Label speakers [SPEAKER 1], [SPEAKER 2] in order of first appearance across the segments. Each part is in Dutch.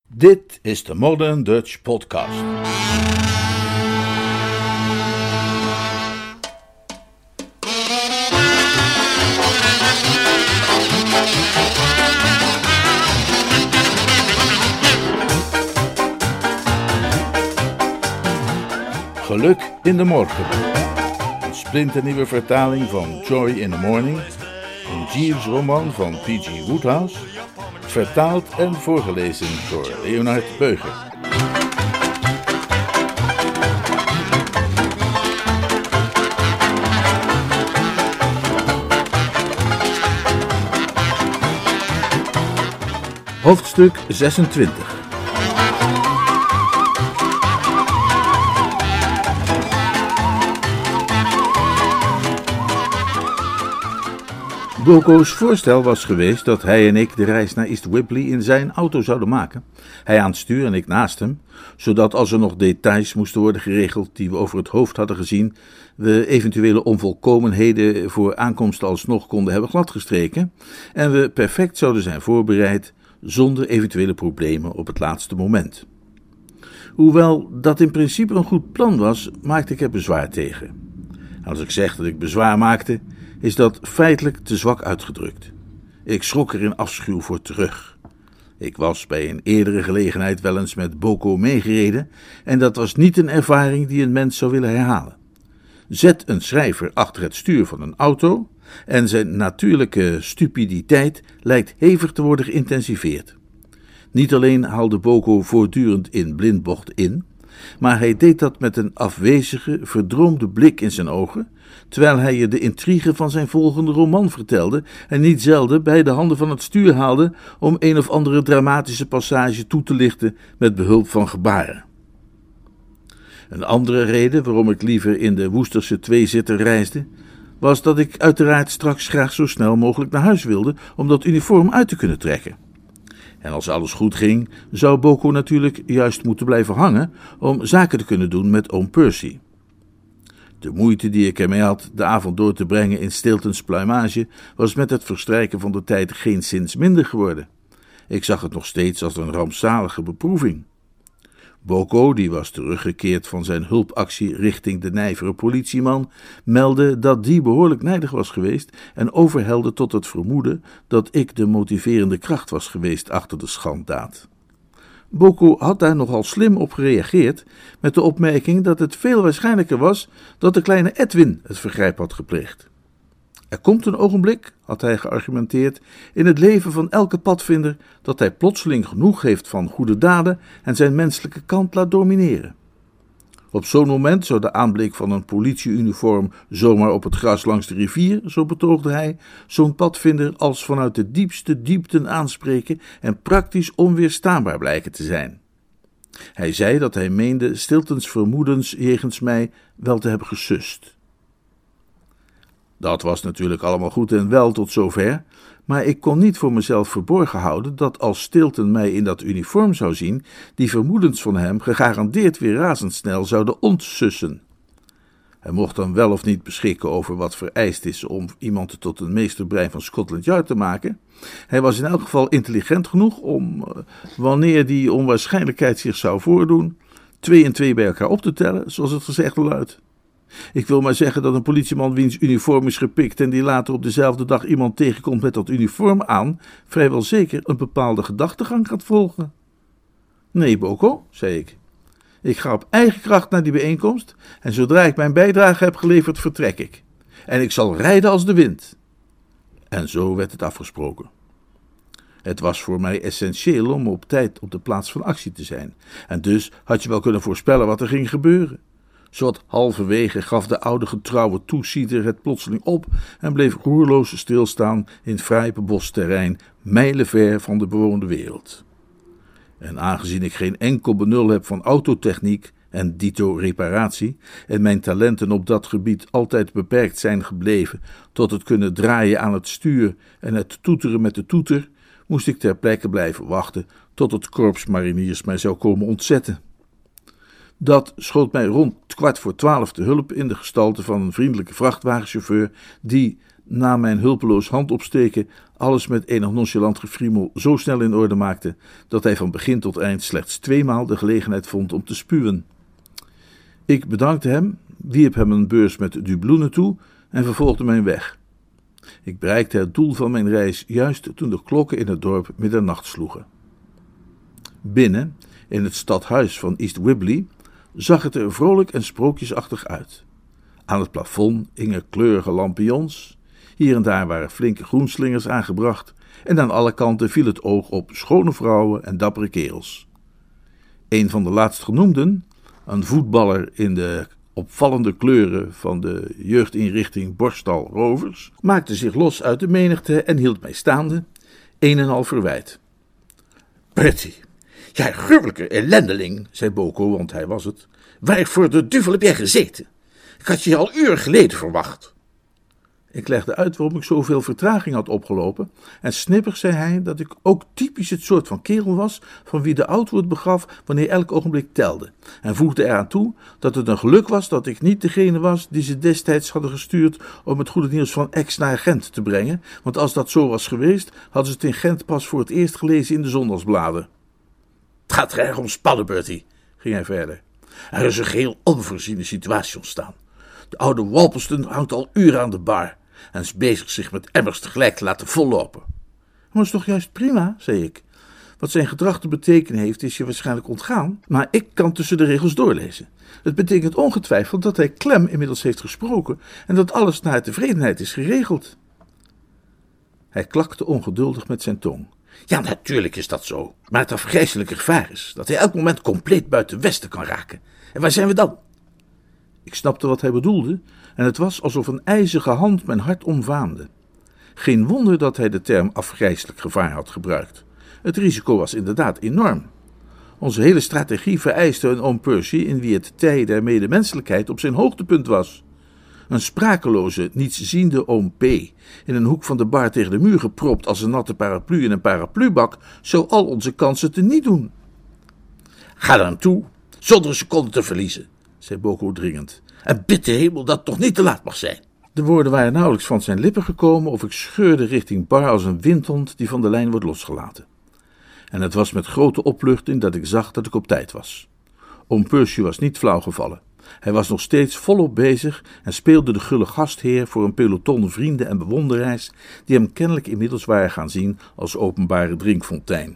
[SPEAKER 1] Dit is de Modern Dutch Podcast. Geluk in de morgen. Een splinternieuwe vertaling van Joy in the Morning. Een Jeeves-roman van P.G. Wodehouse. Vertaald en voorgelezen door Leonard Beuger. Hoofdstuk 26. Boko's voorstel was geweest dat hij en ik de reis naar East Whibley in zijn auto zouden maken. Hij aan het stuur en ik naast hem, zodat als er nog details moesten worden geregeld die we over het hoofd hadden gezien, we eventuele onvolkomenheden voor aankomst alsnog konden hebben gladgestreken en we perfect zouden zijn voorbereid zonder eventuele problemen op het laatste moment. Hoewel dat in principe een goed plan was, maakte ik er bezwaar tegen. Als ik zeg dat ik bezwaar maakte, is dat feitelijk te zwak uitgedrukt. Ik schrok er in afschuw voor terug. Ik was bij een eerdere gelegenheid wel eens met Boko meegereden en dat was niet een ervaring die een mens zou willen herhalen. Zet een schrijver achter het stuur van een auto en zijn natuurlijke stupiditeit lijkt hevig te worden geïntensiveerd. Niet alleen haalde Boko voortdurend in blindbocht in, maar hij deed dat met een afwezige, verdroomde blik in zijn ogen, terwijl hij je de intrigue van zijn volgende roman vertelde en niet zelden beide handen van het stuur haalde om een of andere dramatische passage toe te lichten met behulp van gebaren. Een andere reden waarom ik liever in de Woesterse tweezitter reisde, was dat ik uiteraard straks graag zo snel mogelijk naar huis wilde om dat uniform uit te kunnen trekken. En als alles goed ging, zou Boko natuurlijk juist moeten blijven hangen om zaken te kunnen doen met oom Percy. De moeite die ik ermee had de avond door te brengen in Stilton's pluimage was met het verstrijken van de tijd geenszins minder geworden. Ik zag het nog steeds als een rampzalige beproeving. Boko, die was teruggekeerd van zijn hulpactie richting de nijvere politieman, meldde dat die behoorlijk nijdig was geweest en overhelde tot het vermoeden dat ik de motiverende kracht was geweest achter de schanddaad. Boko had daar nogal slim op gereageerd met de opmerking dat het veel waarschijnlijker was dat de kleine Edwin het vergrijp had gepleegd. Er komt een ogenblik, had hij geargumenteerd, in het leven van elke padvinder dat hij plotseling genoeg heeft van goede daden en zijn menselijke kant laat domineren. Op zo'n moment zou de aanblik van een politieuniform zomaar op het gras langs de rivier, zo betoogde hij, zo'n padvinder als vanuit de diepste diepten aanspreken en praktisch onweerstaanbaar blijken te zijn. Hij zei dat hij meende Stilton's vermoedens jegens mij wel te hebben gesust. Dat was natuurlijk allemaal goed en wel tot zover, maar ik kon niet voor mezelf verborgen houden dat als Stilton mij in dat uniform zou zien, die vermoedens van hem gegarandeerd weer razendsnel zouden ontsussen. Hij mocht dan wel of niet beschikken over wat vereist is om iemand tot een meesterbrein van Scotland Yard te maken. Hij was in elk geval intelligent genoeg om, wanneer die onwaarschijnlijkheid zich zou voordoen, 2 en 2 bij elkaar op te tellen, zoals het gezegd luidt. Ik wil maar zeggen dat een politieman wiens uniform is gepikt en die later op dezelfde dag iemand tegenkomt met dat uniform aan, vrijwel zeker een bepaalde gedachtegang gaat volgen. Nee, Boko, zei ik. Ik ga op eigen kracht naar die bijeenkomst en zodra ik mijn bijdrage heb geleverd, vertrek ik. En ik zal rijden als de wind. En zo werd het afgesproken. Het was voor mij essentieel om op tijd op de plaats van actie te zijn. En dus had je wel kunnen voorspellen wat er ging gebeuren. Zowat halverwege gaf de oude getrouwe toesieter het plotseling op en bleef roerloos stilstaan in fraai bebost terrein, mijlenver van de bewoonde wereld. En aangezien ik geen enkel benul heb van autotechniek en dito reparatie, en mijn talenten op dat gebied altijd beperkt zijn gebleven tot het kunnen draaien aan het stuur en het toeteren met de toeter, moest ik ter plekke blijven wachten tot het korps mariniers mij zou komen ontzetten. Dat schoot mij rond 11:15 te hulp in de gestalte van een vriendelijke vrachtwagenchauffeur die, na mijn hulpeloos handopsteken alles met enig nonchalant gefriemel zo snel in orde maakte, dat hij van begin tot eind slechts 2 maal de gelegenheid vond om te spuwen. Ik bedankte hem, wierp hem een beurs met dubloenen toe en vervolgde mijn weg. Ik bereikte het doel van mijn reis juist toen de klokken in het dorp middernacht sloegen. Binnen, in het stadhuis van East Wibley, zag het er vrolijk en sprookjesachtig uit. Aan het plafond hingen kleurige lampions, hier en daar waren flinke groenslingers aangebracht en aan alle kanten viel het oog op schone vrouwen en dappere kerels. Een van de laatstgenoemden, een voetballer in de opvallende kleuren van de jeugdinrichting Borstal Rovers, maakte zich los uit de menigte en hield mij staande, een en al verwijt.
[SPEAKER 2] Bertie, jij gruwelijke ellendeling, zei Boko, want hij was het. Waar voor de duivel heb jij gezeten? Ik had je al uren geleden verwacht.
[SPEAKER 1] Ik legde uit waarom ik zoveel vertraging had opgelopen en snippig zei hij dat ik ook typisch het soort van kerel was van wie de oudwoord begaf wanneer elk ogenblik telde, en voegde eraan toe dat het een geluk was dat ik niet degene was die ze destijds hadden gestuurd om het goede nieuws van Aix naar Gent te brengen, want als dat zo was geweest, hadden ze het in Gent pas voor het eerst gelezen in de zondagsbladen.
[SPEAKER 2] Het gaat er erg om spannen, Bertie, ging hij verder. Er is een geheel onvoorziene situatie ontstaan. De oude Walpelston hangt al uren aan de bar en is bezig zich met emmers tegelijk te laten vollopen.
[SPEAKER 1] Maar is toch juist prima, zei ik. Wat zijn gedrag te betekenen heeft, is je waarschijnlijk ontgaan, maar ik kan tussen de regels doorlezen. Het betekent ongetwijfeld dat hij Clem inmiddels heeft gesproken en dat alles naar tevredenheid is geregeld. Hij klakte ongeduldig met zijn tong.
[SPEAKER 2] Ja, natuurlijk is dat zo, maar het afgrijselijke gevaar is dat hij elk moment compleet buiten Westen kan raken. En waar zijn we dan?
[SPEAKER 1] Ik snapte wat hij bedoelde en het was alsof een ijzige hand mijn hart omvaamde. Geen wonder dat hij de term afgrijselijk gevaar had gebruikt. Het risico was inderdaad enorm. Onze hele strategie vereiste een oom Percy in wie het tij der medemenselijkheid op zijn hoogtepunt was. Een sprakeloze, nietsziende oom P, in een hoek van de bar tegen de muur gepropt als een natte paraplu in een paraplubak, zou al onze kansen teniet doen.
[SPEAKER 2] Ga naar hem toe, zonder een seconde te verliezen, zei Boko dringend, en bid de hemel dat het nog niet te laat mag zijn.
[SPEAKER 1] De woorden waren nauwelijks van zijn lippen gekomen of ik scheurde richting bar als een windhond die van de lijn wordt losgelaten. En het was met grote opluchting dat ik zag dat ik op tijd was. Oom Percy was niet flauw gevallen. Hij was nog steeds volop bezig en speelde de gulle gastheer voor een peloton vrienden en bewonderaars die hem kennelijk inmiddels waren gaan zien als openbare drinkfontein.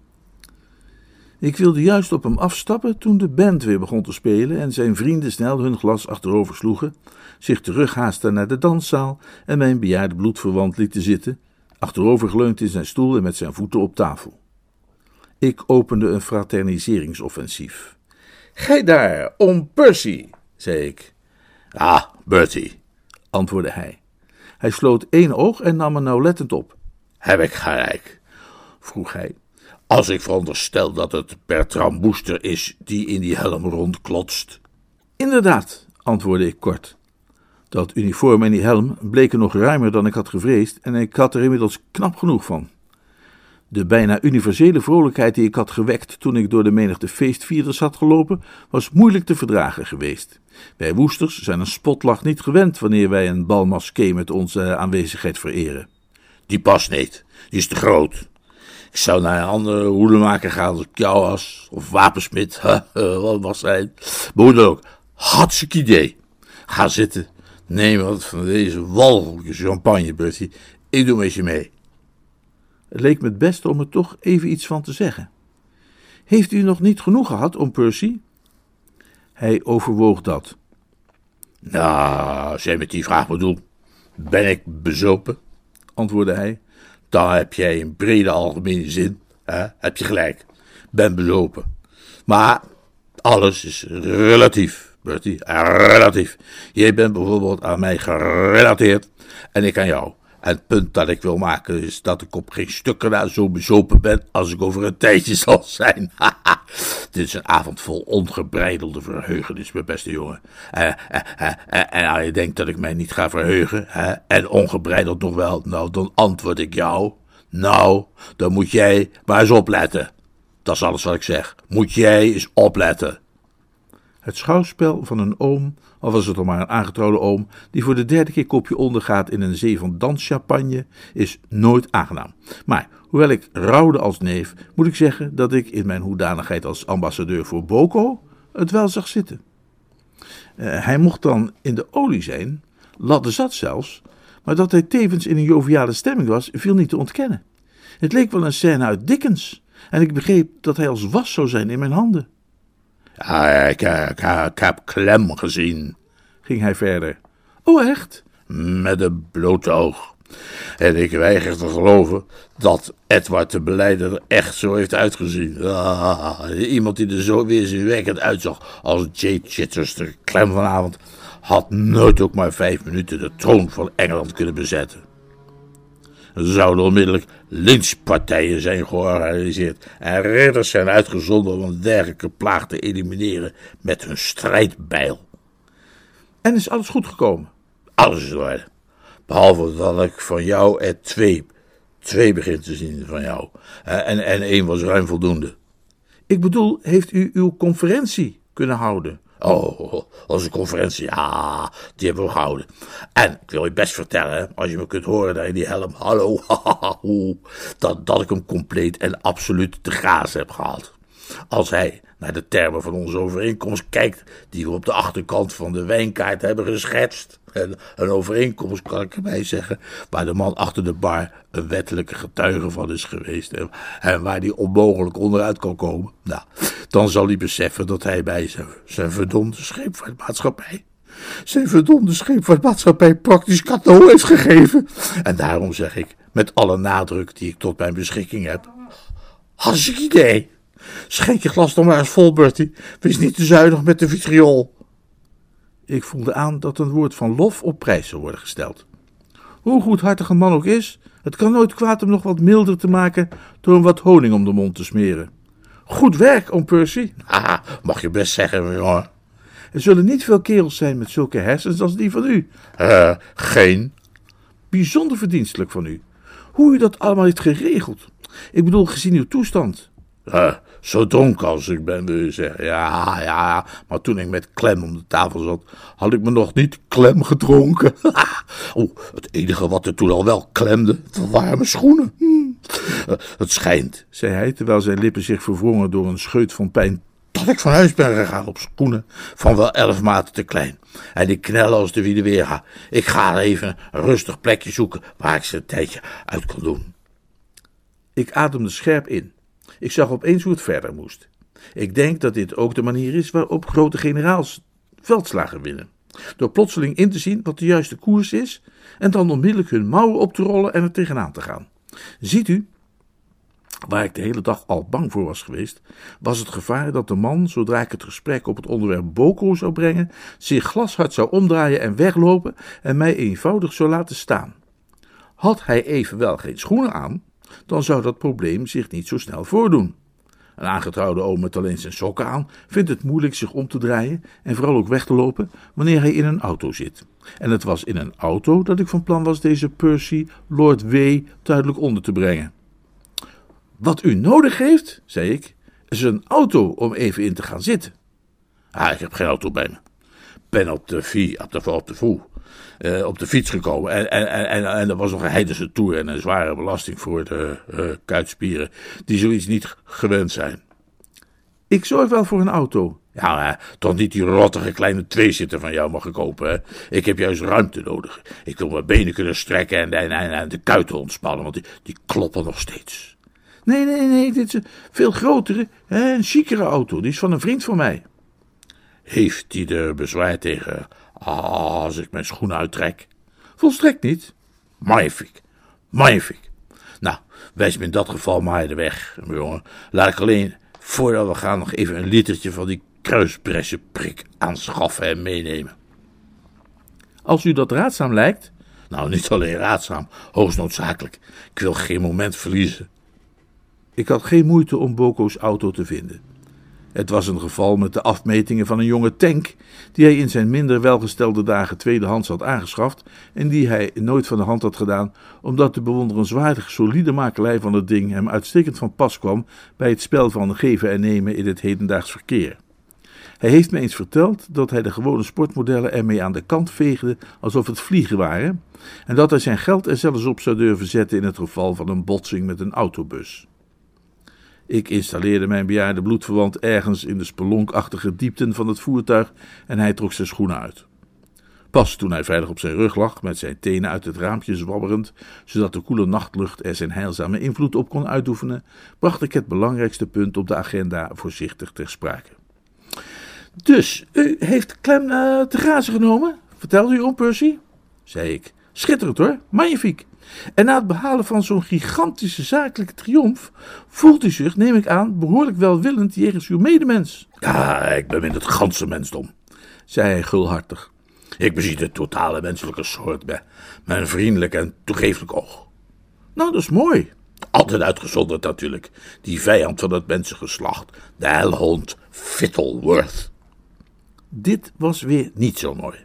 [SPEAKER 1] Ik wilde juist op hem afstappen toen de band weer begon te spelen en zijn vrienden snel hun glas achterover sloegen, zich terughaasten naar de danszaal en mijn bejaarde bloedverwant lieten zitten, achterovergeleund in zijn stoel en met zijn voeten op tafel. Ik opende een fraterniseringsoffensief.
[SPEAKER 2] Gij daar, oom Percy, zei ik. Ah, Bertie, antwoordde hij.
[SPEAKER 1] Hij sloot 1 oog en nam me nauwlettend op.
[SPEAKER 2] Heb ik gelijk, vroeg hij. Als ik veronderstel dat het Bertram Woester is die in die helm rondklotst.
[SPEAKER 1] Inderdaad, antwoordde ik kort. Dat uniform en die helm bleken nog ruimer dan ik had gevreesd en ik had er inmiddels knap genoeg van. De bijna universele vrolijkheid die ik had gewekt toen ik door de menigte feestvierders had gelopen, was moeilijk te verdragen geweest. Wij Woesters zijn een spotlach niet gewend wanneer wij een bal masqué met onze aanwezigheid vereren.
[SPEAKER 2] Die past niet, die is te groot. Ik zou naar een andere hoedenmaker gaan als ik jou was, of wapensmid, wat was hij? Maar hoe dan ook, hartstikke idee. Ga zitten, neem wat van deze walgelijke champagne, Bertie. Ik doe met je mee.
[SPEAKER 1] Het leek me het beste om er toch even iets van te zeggen. Heeft u nog niet genoeg gehad, oom Percy? Hij overwoog dat.
[SPEAKER 2] Nou, als jij met die vraag bedoelt, ben ik bezopen, antwoordde hij. Dan heb jij in brede algemene zin, heb je gelijk, ben bezopen. Maar alles is relatief, Bertie, relatief. Jij bent bijvoorbeeld aan mij gerelateerd en ik aan jou. En het punt dat ik wil maken is dat ik op geen stukken na zo bezopen ben als ik over een tijdje zal zijn. Dit is een avond vol ongebreidelde verheugenis, mijn beste jongen. En als je denkt dat ik mij niet ga verheugen, en ongebreideld nog wel, nou, dan antwoord ik jou. Nou, dan moet jij maar eens opletten. Dat is alles wat ik zeg. Moet jij eens opletten.
[SPEAKER 1] Het schouwspel van een oom, al was het al maar een aangetrouwde oom, die voor de 3e keer kopje ondergaat in een zee van danschampagne, is nooit aangenaam. Maar hoewel ik rouwde als neef, moet ik zeggen dat ik in mijn hoedanigheid als ambassadeur voor Boko het wel zag zitten. Hij mocht dan in de olie zijn, laddezat zelfs, maar dat hij tevens in een joviale stemming was, viel niet te ontkennen. Het leek wel een scène uit Dickens, en ik begreep dat hij als was zou zijn in mijn handen.
[SPEAKER 2] Ja, ik heb Clem gezien,
[SPEAKER 1] ging hij verder. Oh, echt?
[SPEAKER 2] Met een blote oog. En ik weiger te geloven dat Edward de Beleider er echt zo heeft uitgezien. Iemand die er zo weerzinwekkend uitzag als J. Chichester Clem vanavond had nooit ook maar 5 minuten de troon van Engeland kunnen bezetten. Er zouden onmiddellijk lynchpartijen zijn georganiseerd en ridders zijn uitgezonden om een dergelijke plaag te elimineren met hun strijdbijl.
[SPEAKER 1] En is alles goed gekomen?
[SPEAKER 2] Alles is in orde. Behalve dat ik van jou er twee begin te zien van jou. En 1 was ruim voldoende.
[SPEAKER 1] Ik bedoel, heeft u uw conferentie kunnen houden?
[SPEAKER 2] Oh, onze conferentie, ja, die hebben we gehouden. En ik wil je best vertellen, als je me kunt horen daar in die helm, hallo, dat ik hem compleet en absoluut te grazen heb gehaald. Als hij naar de termen van onze overeenkomst kijkt, die we op de achterkant van de wijnkaart hebben geschetst. En een overeenkomst, kan ik erbij zeggen, waar de man achter de bar een wettelijke getuige van is geweest en waar die onmogelijk onderuit kan komen. Nou, dan zal hij beseffen dat hij bij zijn verdomde scheepvaartmaatschappij praktisch cadeau heeft gegeven. En daarom zeg ik, met alle nadruk die ik tot mijn beschikking heb, hartstikke idee. Schenk je glas nog maar eens vol, Bertie. Wees niet te zuinig met de vitriol.
[SPEAKER 1] Ik voelde aan dat een woord van lof op prijs zou worden gesteld. Hoe goedhartig een man ook is, het kan nooit kwaad hem nog wat milder te maken door hem wat honing om de mond te smeren. Goed werk, oom Percy.
[SPEAKER 2] Mag je best zeggen, jongen.
[SPEAKER 1] Er zullen niet veel kerels zijn met zulke hersens als die van u.
[SPEAKER 2] Geen.
[SPEAKER 1] Bijzonder verdienstelijk van u. Hoe u dat allemaal heeft geregeld. Ik bedoel, gezien uw toestand.
[SPEAKER 2] Zo dronken als ik ben, wil je zeggen. Ja, maar toen ik met Clem om de tafel zat, had ik me nog niet Clem gedronken. Het enige wat er toen al wel klemde, dat waren mijn schoenen. Het schijnt, zei hij, terwijl zijn lippen zich verwrongen door een scheut van pijn, dat ik van huis ben gegaan op schoenen van wel 11 maten te klein. En die knellen als de wie de weer gaat. Ik ga even een rustig plekje zoeken waar ik ze een tijdje uit kan doen.
[SPEAKER 1] Ik ademde scherp in. Ik zag opeens hoe het verder moest. Ik denk dat dit ook de manier is waarop grote generaals veldslagen winnen. Door plotseling in te zien wat de juiste koers is en dan onmiddellijk hun mouwen op te rollen en er tegenaan te gaan. Ziet u, waar ik de hele dag al bang voor was geweest, was het gevaar dat de man, zodra ik het gesprek op het onderwerp Boko zou brengen, zich glashard zou omdraaien en weglopen en mij eenvoudig zou laten staan. Had hij evenwel geen schoenen aan, dan zou dat probleem zich niet zo snel voordoen. Een aangetrouwde oom met alleen zijn sokken aan vindt het moeilijk zich om te draaien en vooral ook weg te lopen wanneer hij in een auto zit. En het was in een auto dat ik van plan was deze Percy Lord W. duidelijk onder te brengen. Wat u nodig heeft, zei ik, is een auto om even in te gaan zitten.
[SPEAKER 2] Ik heb geen auto bij me. Ben op de fiets gekomen en er was nog een heidense toer en een zware belasting voor de kuitspieren die zoiets niet gewend zijn.
[SPEAKER 1] Ik zorg wel voor een auto.
[SPEAKER 2] Ja, toch niet die rottige kleine tweezitter van jou mag ik kopen. Hè? Ik heb juist ruimte nodig. Ik wil mijn benen kunnen strekken en de kuiten ontspannen, want die kloppen nog steeds.
[SPEAKER 1] Nee, dit is een veel grotere, een chicere auto. Die is van een vriend van mij.
[SPEAKER 2] Heeft die er bezwaar tegen als ik mijn schoenen uittrek?
[SPEAKER 1] Volstrekt niet.
[SPEAKER 2] Magnifiek. Nou, wijs me in dat geval maar de weg, jongen. Laat ik alleen, voordat we gaan, nog even een litertje van die kruisbressenprik aanschaffen en meenemen.
[SPEAKER 1] Als u dat raadzaam lijkt?
[SPEAKER 2] Nou, niet alleen raadzaam, hoogst noodzakelijk. Ik wil geen moment verliezen.
[SPEAKER 1] Ik had geen moeite om Boko's auto te vinden. Het was een geval met de afmetingen van een jonge tank die hij in zijn minder welgestelde dagen tweedehands had aangeschaft en die hij nooit van de hand had gedaan, omdat de bewonderenswaardig solide makelij van het ding hem uitstekend van pas kwam bij het spel van geven en nemen in het hedendaags verkeer. Hij heeft me eens verteld dat hij de gewone sportmodellen ermee aan de kant veegde alsof het vliegen waren en dat hij zijn geld er zelfs op zou durven zetten in het geval van een botsing met een autobus. Ik installeerde mijn bejaarde bloedverwant ergens in de spelonkachtige diepten van het voertuig en hij trok zijn schoenen uit. Pas toen hij veilig op zijn rug lag, met zijn tenen uit het raampje zwabberend, zodat de koele nachtlucht er zijn heilzame invloed op kon uitoefenen, bracht ik het belangrijkste punt op de agenda voorzichtig ter sprake. Dus, u heeft Clem te grazen genomen? Vertelde u, oom Percy? Zei ik. Schitterend hoor, magnifiek. En na het behalen van zo'n gigantische zakelijke triomf voelt u zich, neem ik aan, behoorlijk welwillend jegens uw medemens.
[SPEAKER 2] Ja, ik bemin het ganse mensdom,
[SPEAKER 1] zei hij gulhartig.
[SPEAKER 2] Ik bezie de totale menselijke soort met een vriendelijk en toegeeflijk oog.
[SPEAKER 1] Nou, dat is mooi.
[SPEAKER 2] Altijd uitgezonderd natuurlijk, die vijand van het mensengeslacht, de helhond Fittleworth.
[SPEAKER 1] Dit was weer
[SPEAKER 2] Niet zo mooi.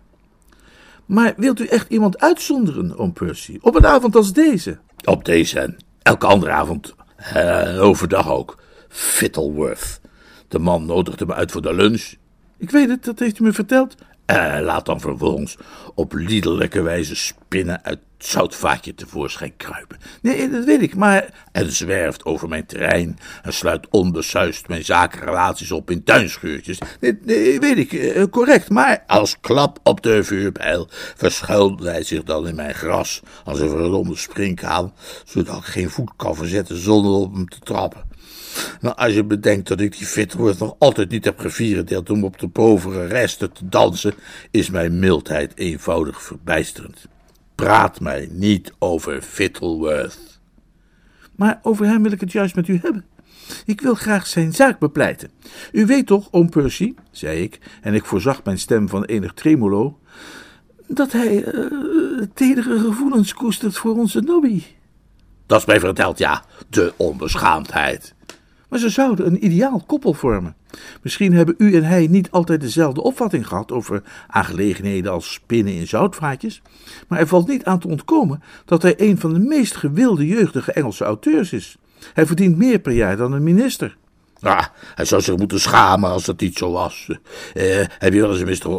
[SPEAKER 1] Maar wilt u echt iemand uitzonderen, oom Percy, op een avond als deze?
[SPEAKER 2] Op deze en elke andere avond, overdag ook, Fittleworth. De man nodigde me uit voor de lunch.
[SPEAKER 1] Ik weet het, dat heeft u me verteld.
[SPEAKER 2] Laat dan vervolgens op liederlijke wijze spinnen uit het zoutvaatje tevoorschijn kruipen.
[SPEAKER 1] Nee, dat weet ik, maar...
[SPEAKER 2] En zwerft over mijn terrein en sluit onbesuist mijn zakenrelaties op in tuinscheurtjes.
[SPEAKER 1] Nee, weet ik, correct, maar...
[SPEAKER 2] Als klap op de vuurpijl verschuilde hij zich dan in mijn gras als een verdomde springkaan, zodat ik geen voet kan verzetten zonder op hem te trappen. Nou, als je bedenkt dat ik die Fittleworth nog altijd niet heb gevierendeeld om op de povere resten te dansen, is mijn mildheid eenvoudig verbijsterend. Praat mij niet over Fittleworth.
[SPEAKER 1] Maar over hem wil ik het juist met u hebben. Ik wil graag zijn zaak bepleiten. U weet toch, oom Percy, zei ik, en ik voorzag mijn stem van enig tremolo, dat hij tedere gevoelens koestert voor onze Nobby.
[SPEAKER 2] Dat is mij verteld, ja, de onbeschaamdheid.
[SPEAKER 1] Maar ze zouden een ideaal koppel vormen. Misschien hebben u en hij niet altijd dezelfde opvatting gehad over aangelegenheden als spinnen in zoutvaatjes, maar er valt niet aan te ontkomen dat hij een van de meest gewilde jeugdige Engelse auteurs is. Hij verdient meer per jaar dan een minister.
[SPEAKER 2] Ah, hij zou zich moeten schamen als dat niet zo was. Heb je wel eens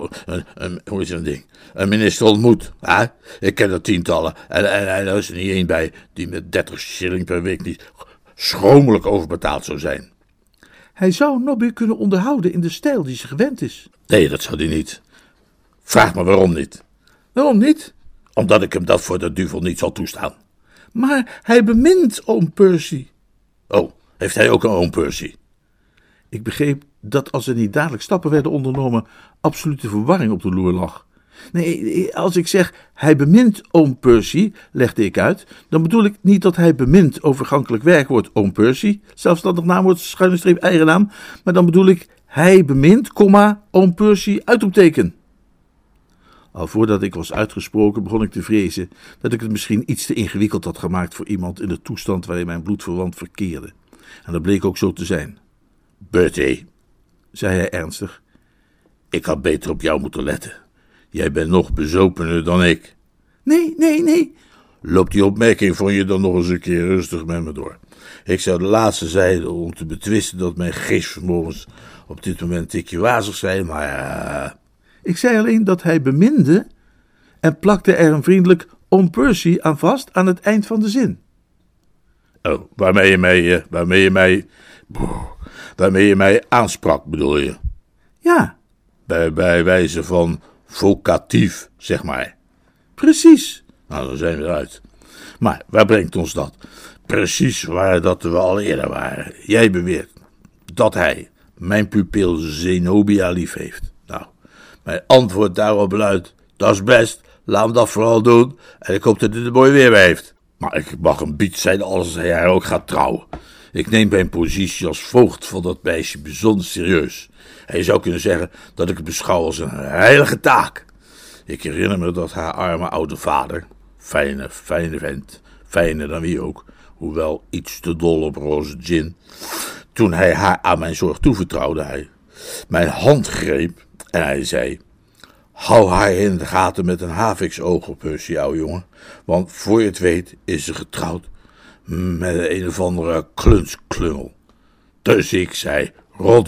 [SPEAKER 2] een minister ontmoet? Hè? Ik ken er tientallen en er is er niet één bij die met 30 shilling per week niet schromelijk overbetaald zou zijn.
[SPEAKER 1] Hij zou Nobby kunnen onderhouden in de stijl die ze gewend is.
[SPEAKER 2] Nee, dat zou hij niet. Vraag me waarom niet.
[SPEAKER 1] Waarom niet?
[SPEAKER 2] Omdat ik hem dat voor de duivel niet zal toestaan.
[SPEAKER 1] Maar hij bemint oom Percy.
[SPEAKER 2] Oh, heeft hij ook een oom Percy?
[SPEAKER 1] Ik begreep dat als er niet dadelijk stappen werden ondernomen, absolute verwarring op de loer lag. Nee, als ik zeg hij bemint oom Percy, legde ik uit, dan bedoel ik niet dat hij bemint overgankelijk werkwoord oom Percy, zelfstandig naamwoord, schuine streep, eigen naam, maar dan bedoel ik hij bemint, oom Percy, uitroepteken. Al voordat ik was uitgesproken begon ik te vrezen dat ik het misschien iets te ingewikkeld had gemaakt voor iemand in de toestand waarin mijn bloedverwant verkeerde. En dat bleek ook zo te zijn.
[SPEAKER 2] Bertie,
[SPEAKER 1] zei hij ernstig,
[SPEAKER 2] ik had beter op jou moeten letten. Jij bent nog bezopener dan ik.
[SPEAKER 1] Nee.
[SPEAKER 2] Loopt die opmerking van je dan nog eens een keer rustig met me door. Ik zou de laatste zijn om te betwisten dat mijn geestvermogens op dit moment een tikje wazig zijn, maar
[SPEAKER 1] Ik zei alleen dat hij beminde en plakte er een vriendelijk oom Percy aan vast aan het eind van de zin.
[SPEAKER 2] Oh, waarmee je mij aansprak, bedoel je?
[SPEAKER 1] Ja.
[SPEAKER 2] Bij wijze van vocatief, zeg maar.
[SPEAKER 1] Precies.
[SPEAKER 2] Nou, dan zijn we eruit. Maar waar brengt ons dat? Precies waar dat we al eerder waren. Jij beweert dat hij mijn pupil Zenobia lief heeft. Nou, mijn antwoord daarop luidt, dat is best, laat hem dat vooral doen en ik hoop dat hij het mooi weer heeft. Maar ik mag een bied zijn als hij haar ook gaat trouwen. Ik neem mijn positie als voogd van dat meisje bijzonder serieus. En je zou kunnen zeggen dat ik het beschouw als een heilige taak. Ik herinner me dat haar arme oude vader, fijne vent, fijner dan wie ook, hoewel iets te dol op roze gin, toen hij haar aan mijn zorg toevertrouwde, hij mijn hand greep en hij zei, hou haar in de gaten met een haviksoog op Percy, ouwe jongen, want voor je het weet is ze getrouwd met een of andere klunsklungel. Dus ik zei, Roddy,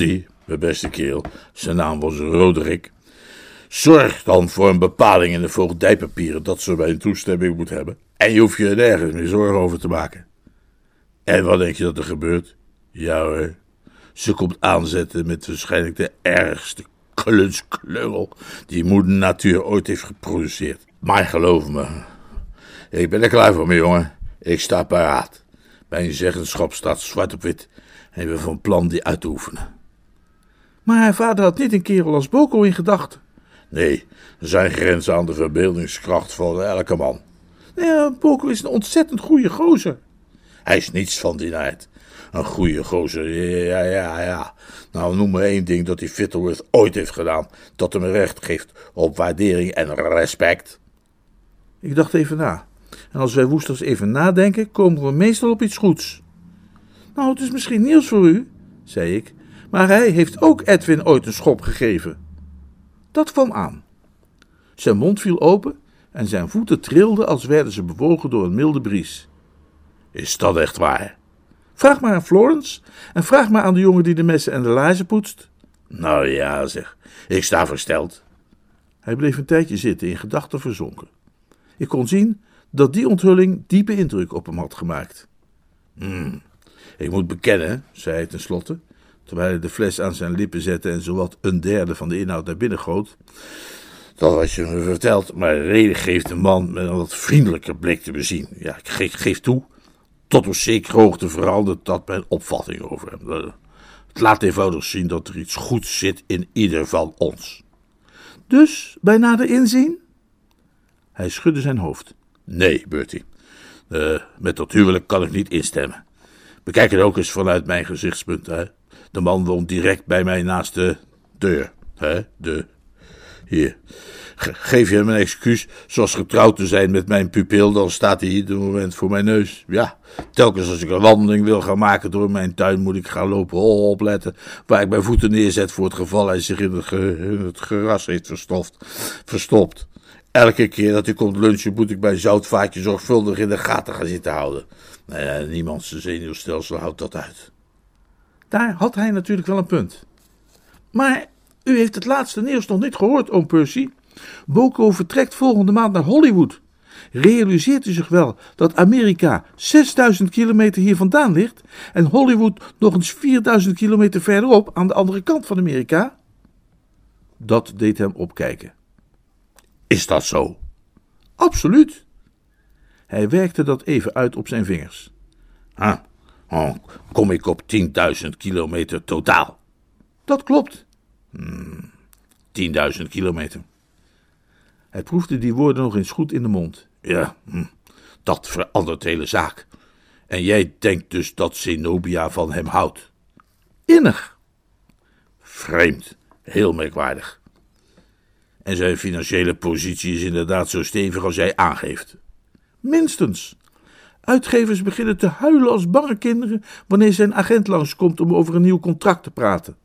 [SPEAKER 2] mijn beste kerel, zijn naam was Roderick. Zorg dan voor een bepaling in de voogdijpapieren dat ze mijn toestemming moet hebben. En je hoeft je er nergens meer zorgen over te maken. En wat denk je dat er gebeurt? Ja hoor, ze komt aanzetten met waarschijnlijk de ergste klunsklungel die moeder natuur ooit heeft geproduceerd. Maar geloof me, ik ben er klaar voor, mijn jongen. Ik sta paraat. Mijn zeggenschap staat zwart op wit en ik ben van plan die uit te oefenen.
[SPEAKER 1] Maar haar vader had niet een kerel als Boko in gedachten.
[SPEAKER 2] Nee, er zijn grenzen aan de verbeeldingskracht van elke man.
[SPEAKER 1] Ja, Boko is een ontzettend goede gozer.
[SPEAKER 2] Hij is niets van die aard. Een goede gozer, ja. Nou, noem maar één ding dat die Fittleworth ooit heeft gedaan, dat hem recht geeft op waardering en respect.
[SPEAKER 1] Ik dacht even na. En als wij woesters even nadenken, komen we meestal op iets goeds. Nou, het is misschien nieuws voor u, zei ik, maar hij heeft ook Edwin ooit een schop gegeven. Dat kwam aan. Zijn mond viel open en zijn voeten trilden als werden ze bewogen door een milde bries.
[SPEAKER 2] Is dat echt waar?
[SPEAKER 1] Vraag maar aan Florence en vraag maar aan de jongen die de messen en de laarzen poetst.
[SPEAKER 2] Nou ja, zeg, ik sta versteld.
[SPEAKER 1] Hij bleef een tijdje zitten, in gedachten verzonken. Ik kon zien dat die onthulling diepe indruk op hem had gemaakt.
[SPEAKER 2] Ik moet bekennen, zei hij tenslotte,
[SPEAKER 1] terwijl hij de fles aan zijn lippen zette en zowat een derde van de inhoud naar binnen goot,
[SPEAKER 2] dat wat je me vertelt, maar reden geeft de man met een wat vriendelijker blik te bezien. Ja, ik geef toe, tot op zekere hoogte verandert dat mijn opvatting over hem. Het laat eenvoudig zien dat er iets goeds zit in ieder van ons.
[SPEAKER 1] Dus, bij nader inzien? Hij schudde zijn hoofd.
[SPEAKER 2] Nee, Bertie, met dat huwelijk kan ik niet instemmen. Bekijk het ook eens vanuit mijn gezichtspunt, hè. De man woont direct bij mij naast de deur, hè, hier. Geef je hem een excuus, zoals getrouwd te zijn met mijn pupil, dan staat hij ieder moment voor mijn neus. Ja, telkens als ik een wandeling wil gaan maken door mijn tuin, moet ik gaan lopen opletten waar ik mijn voeten neerzet voor het geval hij zich in het gras heeft verstopt. Elke keer dat hij komt lunchen, moet ik mijn zoutvaatje zorgvuldig in de gaten gaan zitten houden. Niemands zenuwstelsel houdt dat uit.
[SPEAKER 1] Daar had hij natuurlijk wel een punt. Maar u heeft het laatste nieuws nog niet gehoord, oom Percy. Boko vertrekt volgende maand naar Hollywood. Realiseert u zich wel dat Amerika 6000 kilometer hier vandaan ligt en Hollywood nog eens 4000 kilometer verderop aan de andere kant van Amerika? Dat deed hem opkijken.
[SPEAKER 2] Is dat zo?
[SPEAKER 1] Absoluut. Hij werkte dat even uit op zijn vingers.
[SPEAKER 2] Kom ik op 10.000 kilometer totaal?
[SPEAKER 1] Dat klopt.
[SPEAKER 2] 10.000 kilometer.
[SPEAKER 1] Hij proefde die woorden nog eens goed in de mond.
[SPEAKER 2] Ja, dat verandert de hele zaak. En jij denkt dus dat Zenobia van hem houdt?
[SPEAKER 1] Innig.
[SPEAKER 2] Vreemd, heel merkwaardig. En zijn financiële positie is inderdaad zo stevig als jij aangeeft.
[SPEAKER 1] Minstens. Uitgevers beginnen te huilen als bange kinderen wanneer zijn agent langskomt om over een nieuw contract te praten.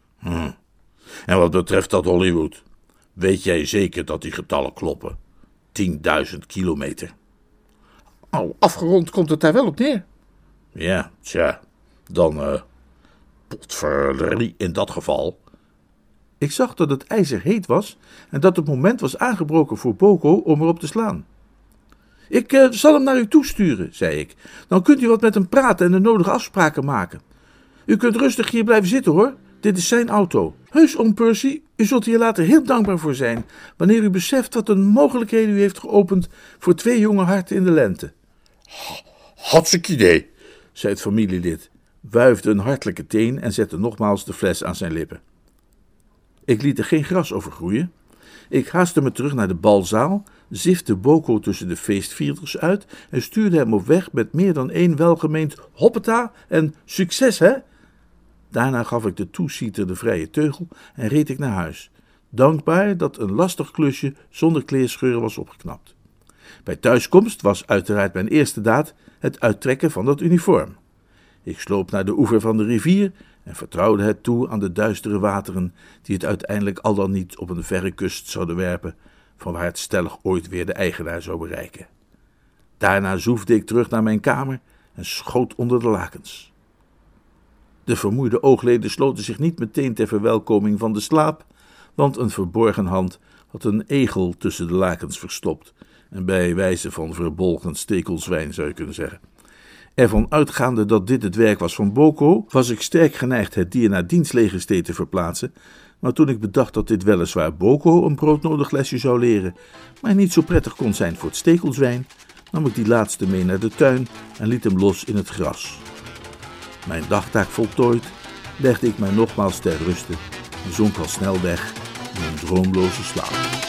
[SPEAKER 2] En wat betreft dat Hollywood, weet jij zeker dat die getallen kloppen? 10.000 kilometer.
[SPEAKER 1] Afgerond komt het daar wel op neer.
[SPEAKER 2] Ja, tja, dan potverdorie in dat geval.
[SPEAKER 1] Ik zag dat het ijzer heet was en dat het moment was aangebroken voor Boko om erop te slaan. Ik zal hem naar u toesturen, zei ik. Dan kunt u wat met hem praten en de nodige afspraken maken. U kunt rustig hier blijven zitten, hoor. Dit is zijn auto. Heus, oom Percy, u zult hier later heel dankbaar voor zijn, wanneer u beseft wat een mogelijkheden u heeft geopend voor 2 jonge harten in de lente.
[SPEAKER 2] Hartstikke idee,
[SPEAKER 1] zei het familielid, wuifde een hartelijke teen en zette nogmaals de fles aan zijn lippen. Ik liet er geen gras over groeien. Ik haastte me terug naar de balzaal, zifte Boko tussen de feestvierders uit en stuurde hem op weg met meer dan 1 welgemeend hoppeta en succes, hè? Daarna gaf ik de toesieter de vrije teugel en reed ik naar huis, dankbaar dat een lastig klusje zonder kleerscheuren was opgeknapt. Bij thuiskomst was uiteraard mijn eerste daad het uittrekken van dat uniform. Ik sloop naar de oever van de rivier en vertrouwde het toe aan de duistere wateren die het uiteindelijk al dan niet op een verre kust zouden werpen, van waar het stellig ooit weer de eigenaar zou bereiken. Daarna zoefde ik terug naar mijn kamer en schoot onder de lakens. De vermoeide oogleden sloten zich niet meteen ter verwelkoming van de slaap, want een verborgen hand had een egel tussen de lakens verstopt, en bij wijze van verbolgen stekelzwijn zou je kunnen zeggen. Ervan uitgaande dat dit het werk was van Boko, was ik sterk geneigd het dier naar diens legerstee te verplaatsen, maar toen ik bedacht dat dit weliswaar Boko een broodnodig lesje zou leren, maar niet zo prettig kon zijn voor het stekelzwijn, nam ik die laatste mee naar de tuin en liet hem los in het gras. Mijn dagtaak voltooid, legde ik mij nogmaals ter ruste en zonk al snel weg in een droomloze slaap.